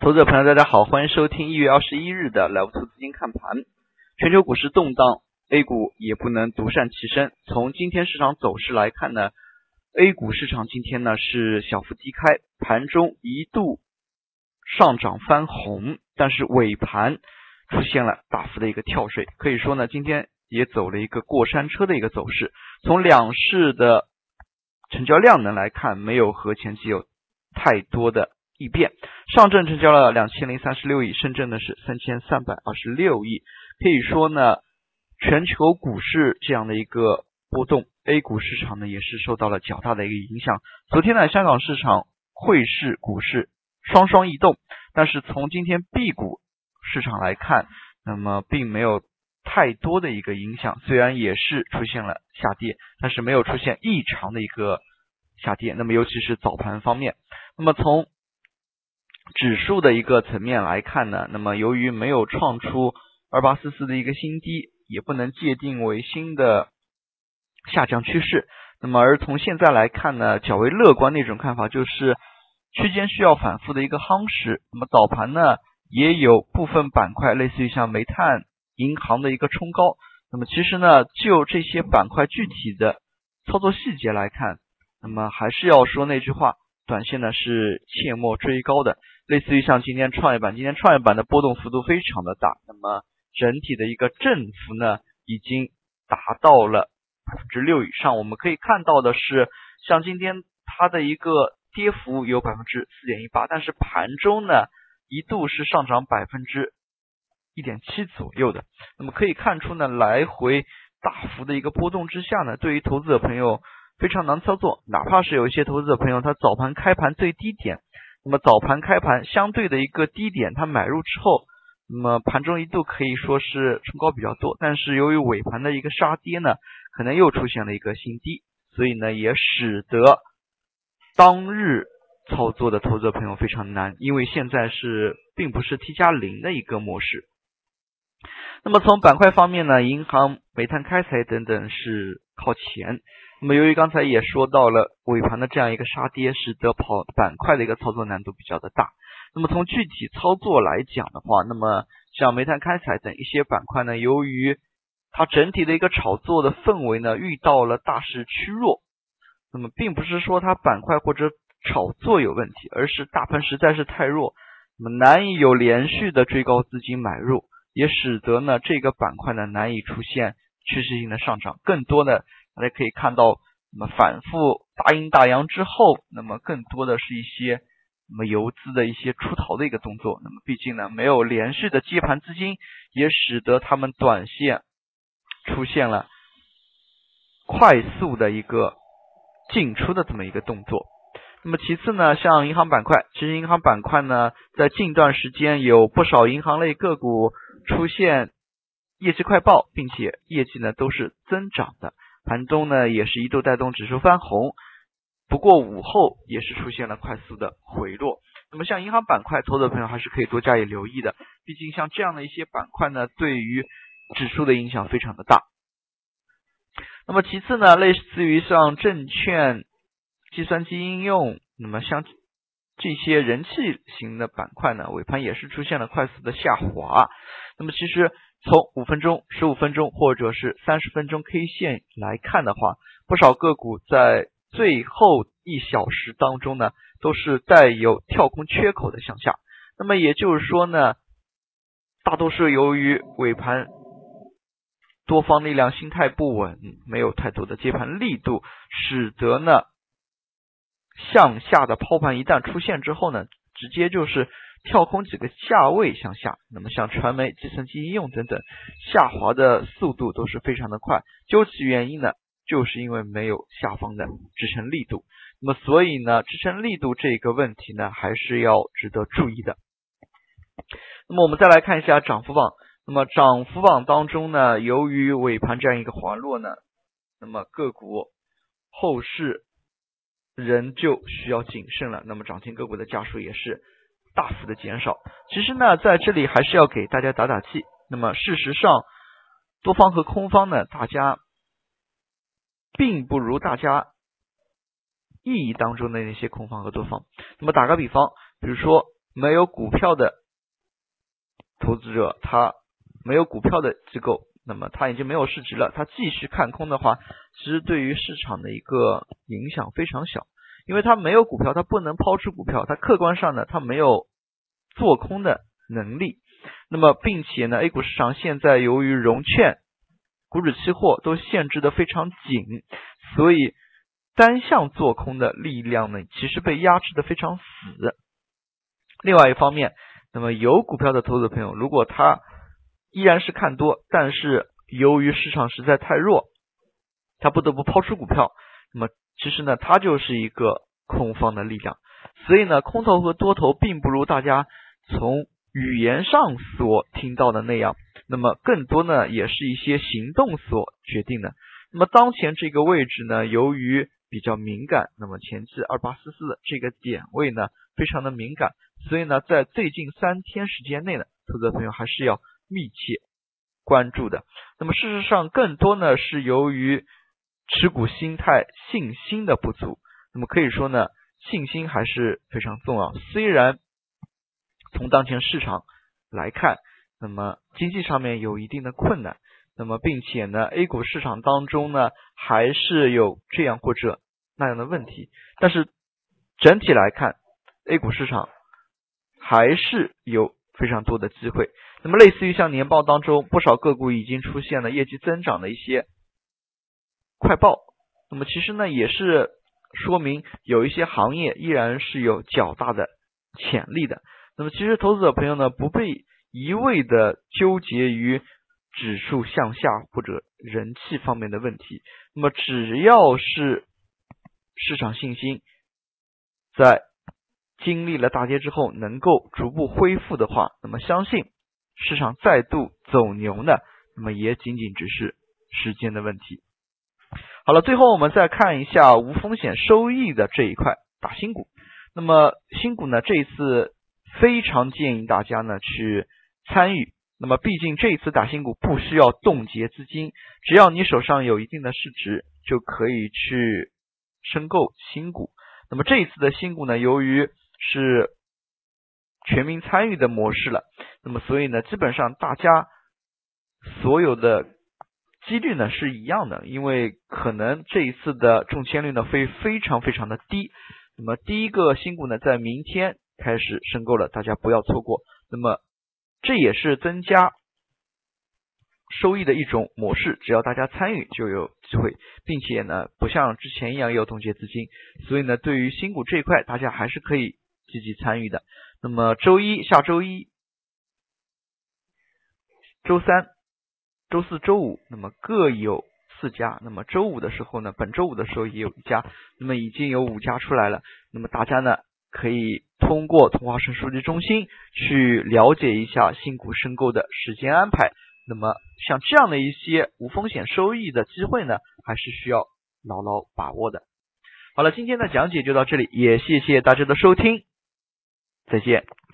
投资者朋友大家好，欢迎收听1月21日的来福投资金看盘。全球股市动荡， A 股也不能独善其身。从今天市场走势来看呢， A 股市场今天呢是小幅低开，盘中一度上涨翻红，但是尾盘出现了大幅的一个跳水，可以说呢今天也走了一个过山车的一个走势。从两市的成交量能来看，没有和前期有太多的异变，上证成交了2036亿，深圳呢是3326亿。可以说呢，全球股市这样的一个波动， A 股市场呢也是受到了较大的一个影响。昨天呢，香港市场汇市股市双双异动，但是从今天 B 股市场来看，那么并没有太多的一个影响，虽然也是出现了下跌，但是没有出现异常的一个下跌。那么尤其是早盘方面，那么从指数的一个层面来看呢，那么由于没有创出2844的一个新低，也不能界定为新的下降趋势。那么而从现在来看呢，较为乐观的一种看法就是区间需要反复的一个夯实。那么早盘呢也有部分板块类似于像煤炭、银行的一个冲高。那么其实呢就这些板块具体的操作细节来看，那么还是要说那句话，短线呢是切莫追高的。类似于像今天创业板的波动幅度非常的大，那么整体的一个振幅呢已经达到了 6% 以上。我们可以看到的是，像今天它的一个跌幅有 4.18%， 但是盘中呢一度是上涨 1.7% 左右的。那么可以看出呢，来回大幅的一个波动之下呢，对于投资者朋友非常难操作。哪怕是有一些投资者朋友他早盘开盘最低点，那么早盘开盘相对的一个低点他买入之后，那么盘中一度可以说是冲高比较多，但是由于尾盘的一个杀跌呢，可能又出现了一个新低，所以呢也使得当日操作的投资者朋友非常难，因为现在并不是 T+0 的一个模式。那么从板块方面呢，银行、煤炭开采等等是靠前。那么由于刚才也说到了尾盘的这样一个杀跌，使得板块的一个操作难度比较的大。那么从具体操作来讲的话，那么像煤炭开采等一些板块呢，由于它整体的一个炒作的氛围呢遇到了大势趋弱，那么并不是说它板块或者炒作有问题，而是大盘实在是太弱，那么难以有连续的追高资金买入，也使得呢这个板块呢难以出现趋势性的上涨。更多的大家可以看到，那么反复大阴大阳之后，那么更多的是一些那么游资的一些出逃的一个动作。那么毕竟呢没有连续的接盘资金，也使得他们短线出现了快速的一个进出的这么一个动作。那么其次呢，像银行板块，其实银行板块呢在近段时间有不少银行类个股出现业绩快报，并且业绩呢都是增长的，盘中呢也是一度带动指数翻红，不过午后也是出现了快速的回落。那么像银行板块，投资者朋友还是可以多加以留意的，毕竟像这样的一些板块呢对于指数的影响非常的大。那么其次呢，类似于像证券、计算机应用，那么像这些人气型的板块呢，尾盘也是出现了快速的下滑。那么其实从5分钟、15分钟或者是30分钟 K 线来看的话，不少个股在最后1小时当中呢，都是带有跳空缺口的向下。那么也就是说呢，大多是由于尾盘多方力量心态不稳，没有太多的接盘力度，使得呢向下的抛盘一旦出现之后呢，直接就是跳空几个价位向下。那么像传媒、计算机应用等等，下滑的速度都是非常的快。究其原因呢，就是因为没有下方的支撑力度。那么所以呢，支撑力度这个问题呢，还是要值得注意的。那么我们再来看一下涨幅榜。那么涨幅榜当中呢，由于尾盘这样一个滑落呢，那么个股后市仍旧需要谨慎了。那么涨停个股的家数也是大幅的减少。其实呢，在这里还是要给大家打打气。那么事实上，多方和空方呢，大家并不如大家意义当中的那些空方和多方。那么打个比方，比如说没有股票的投资者，他没有股票的机构，那么他已经没有市值了，他继续看空的话，其实对于市场的一个影响非常小，因为他没有股票，他不能抛出股票，他客观上呢，他没有做空的能力。那么并且呢 A 股市场现在由于融券、股指期货都限制的非常紧，所以单向做空的力量呢，其实被压制的非常死。另外一方面，那么有股票的投资朋友，如果他依然是看多，但是由于市场实在太弱，他不得不抛出股票，那么其实呢，它就是一个空方的力量。所以呢，空头和多头并不如大家从语言上所听到的那样，那么更多呢也是一些行动所决定的。那么当前这个位置呢，由于比较敏感，那么前期2844的这个点位呢非常的敏感，所以呢在最近3天时间内呢，投资者朋友还是要密切关注的。那么事实上更多呢是由于持股心态信心的不足，那么可以说呢信心还是非常重要。虽然从当前市场来看，那么经济上面有一定的困难，那么并且呢 A 股市场当中呢还是有这样或者那样的问题，但是整体来看 A 股市场还是有非常多的机会。那么类似于像年报当中不少个股已经出现了业绩增长的一些快报，那么其实呢也是说明有一些行业依然是有较大的潜力的。那么其实投资者朋友呢不必一味的纠结于指数向下或者人气方面的问题，那么只要是市场信心在经历了大跌之后能够逐步恢复的话，那么相信市场再度走牛呢，那么也仅仅只是时间的问题。好了，最后我们再看一下无风险收益的这一块，打新股。那么新股呢，这一次非常建议大家呢去参与。那么毕竟这一次打新股不需要冻结资金，只要你手上有一定的市值，就可以去申购新股。那么这一次的新股呢，由于是全民参与的模式了，那么所以呢，基本上大家所有的几率呢是一样的，因为可能这一次的中签率呢会非常非常的低。那么第一个新股呢在明天开始申购了，大家不要错过。那么这也是增加收益的一种模式，只要大家参与就有机会，并且呢不像之前一样有冻结资金，所以呢对于新股这一块大家还是可以积极参与的。那么下周一、周三、周四、周五，那么各有4家，那么本周五的时候也有1家，那么已经有5家出来了。那么大家呢可以通过同花顺数据中心去了解一下新股申购的时间安排。那么像这样的一些无风险收益的机会呢，还是需要牢牢把握的。好了，今天的讲解就到这里，也谢谢大家的收听，再见。